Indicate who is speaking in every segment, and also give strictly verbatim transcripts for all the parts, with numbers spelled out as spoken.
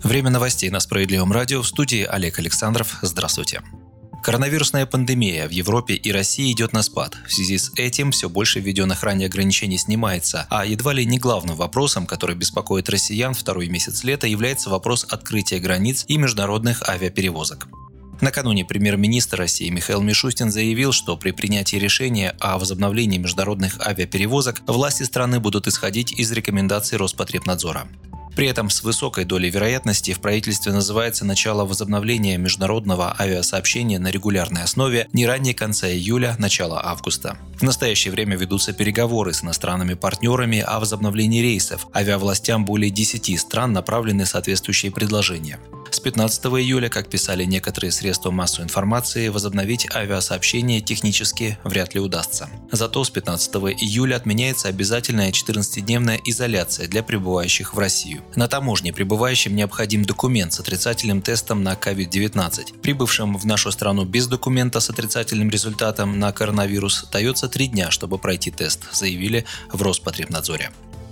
Speaker 1: Время новостей на Справедливом радио. В студии Олег Александров. Здравствуйте. Коронавирусная пандемия в Европе и России идет на спад. В связи с этим все больше введенных ранее ограничений снимается, а едва ли не главным вопросом, который беспокоит россиян второй месяц лета, является вопрос открытия границ и международных авиаперевозок. Накануне премьер-министр России Михаил Мишустин заявил, что при принятии решения о возобновлении международных авиаперевозок власти страны будут исходить из рекомендаций Роспотребнадзора. При этом с высокой долей вероятности в правительстве называется начало возобновления международного авиасообщения на регулярной основе не ранее конца июля – начала августа. В настоящее время ведутся переговоры с иностранными партнерами о возобновлении рейсов. Авиавластям более десяти стран направлены соответствующие предложения. С пятнадцатого июля, как писали некоторые средства массовой информации, возобновить авиасообщение технически вряд ли удастся. Зато с пятнадцатого июля отменяется обязательная четырнадцатидневная изоляция для прибывающих в Россию. На таможне прибывающим необходим документ с отрицательным тестом на ковид девятнадцать. Прибывшим в нашу страну без документа с отрицательным результатом на коронавирус дается три дня, чтобы пройти тест, заявили в Роспотребнадзоре.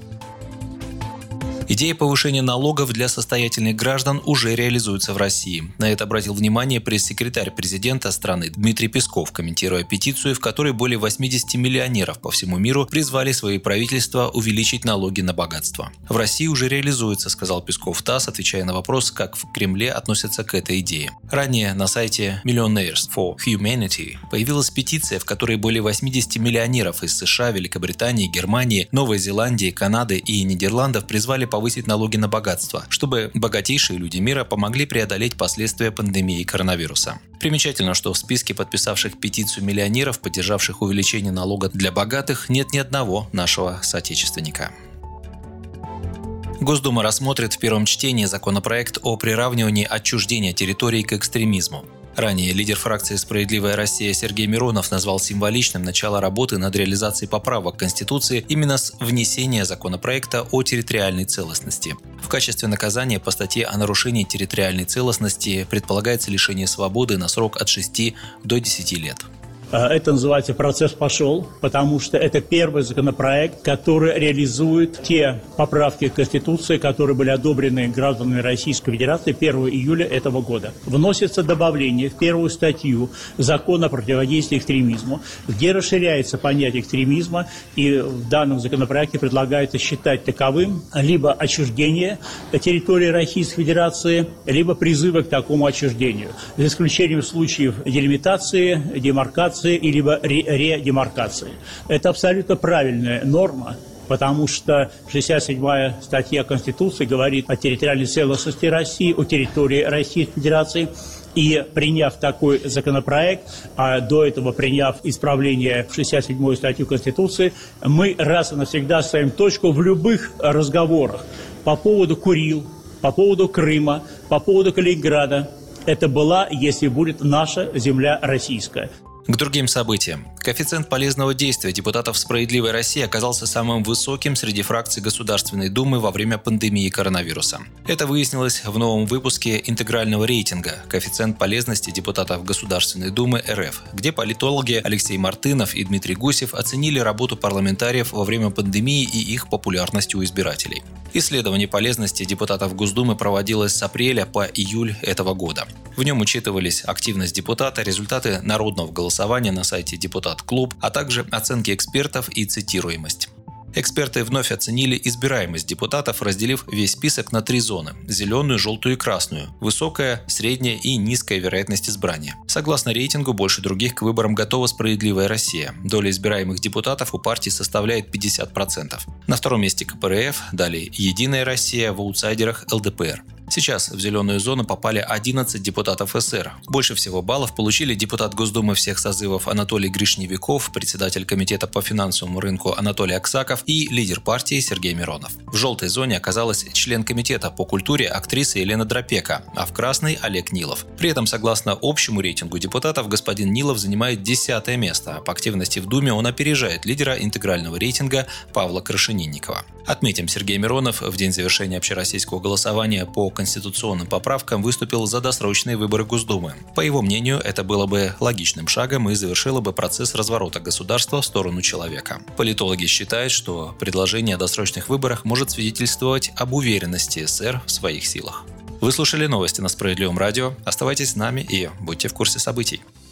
Speaker 1: Идея повышения налогов для состоятельных граждан уже реализуется в России. На это обратил внимание пресс-секретарь президента страны Дмитрий Песков, комментируя петицию, в которой более восьмидесяти миллионеров по всему миру призвали свои правительства увеличить налоги на богатство. В России уже реализуется, сказал Песков ТАСС, отвечая на вопрос, как в Кремле относятся к этой идее. Ранее на сайте Millionaires for Humanity появилась петиция, в которой более восьмидесяти миллионеров из США, Великобритании, Германии, Новой Зеландии, Канады и Нидерландов призвали повысить налоги на богатство, чтобы богатейшие люди мира помогли преодолеть последствия пандемии коронавируса. Примечательно, что в списке подписавших петицию миллионеров, поддержавших увеличение налога для богатых, нет ни одного нашего соотечественника. Госдума рассмотрит в первом чтении законопроект о приравнивании отчуждения территорий к экстремизму. Ранее лидер фракции «Справедливая Россия» Сергей Миронов назвал символичным начало работы над реализацией поправок к Конституции именно с внесения законопроекта о территориальной целостности. В качестве наказания по статье о нарушении территориальной целостности предполагается лишение свободы на срок от шести до десяти лет.
Speaker 2: Это называется «Процесс пошел», потому что это первый законопроект, который реализует те поправки к Конституции, которые были одобрены гражданами Российской Федерации первого июля этого года. Вносится добавление в первую статью Закона о противодействии экстремизму, где расширяется понятие экстремизма, и в данном законопроекте предлагается считать таковым либо отчуждение территории Российской Федерации, либо призывы к такому отчуждению, за исключением случаев делимитации, демаркации и либо редемаркации. Это абсолютно правильная норма, потому что шестьдесят седьмая статья Конституции говорит о территориальной целостности России, о территории Российской Федерации. И приняв такой законопроект, а до этого приняв исправление в шестьдесят седьмую статью Конституции, мы раз и навсегда ставим точку в любых разговорах по поводу Курил, по поводу Крыма, по поводу Калининграда. Это была, если будет, наша земля российская.
Speaker 1: К другим событиям. Коэффициент полезного действия депутатов «Справедливой России» оказался самым высоким среди фракций Государственной Думы во время пандемии коронавируса. Это выяснилось в новом выпуске интегрального рейтинга «Коэффициент полезности депутатов Государственной Думы РФ», где политологи Алексей Мартынов и Дмитрий Гусев оценили работу парламентариев во время пандемии и их популярность у избирателей. Исследование полезности депутатов Госдумы проводилось с апреля по июль этого года. В нем учитывались активность депутата, результаты народного голосования на сайте «Депутат-клуб», а также оценки экспертов и цитируемость. Эксперты вновь оценили избираемость депутатов, разделив весь список на три зоны – зеленую, желтую и красную, высокая, средняя и низкая вероятность избрания. Согласно рейтингу, больше других к выборам готова «Справедливая Россия». Доля избираемых депутатов у партии составляет пятьдесят процентов. На втором месте ка пэ эр эф, далее «Единая Россия», в аутсайдерах эл дэ пэ эр. Сейчас в зеленую зону попали одиннадцать депутатов эс эр. Больше всего баллов получили депутат Госдумы всех созывов Анатолий Гришневиков, председатель комитета по финансовому рынку Анатолий Аксаков и лидер партии Сергей Миронов. В желтой зоне оказалась член комитета по культуре актриса Елена Дропека, а в красной – Олег Нилов. При этом, согласно общему рейтингу депутатов, господин Нилов занимает десятое место, а по активности в Думе он опережает лидера интегрального рейтинга Павла Крашенинникова. Отметим, Сергей Миронов в день завершения общероссийского голосования по конституционным поправкам выступил за досрочные выборы Госдумы. По его мнению, это было бы логичным шагом и завершило бы процесс разворота государства в сторону человека. Политологи считают, что предложение о досрочных выборах может свидетельствовать об уверенности эс эр в своих силах. Вы слушали новости на Справедливом радио. Оставайтесь с нами и будьте в курсе событий.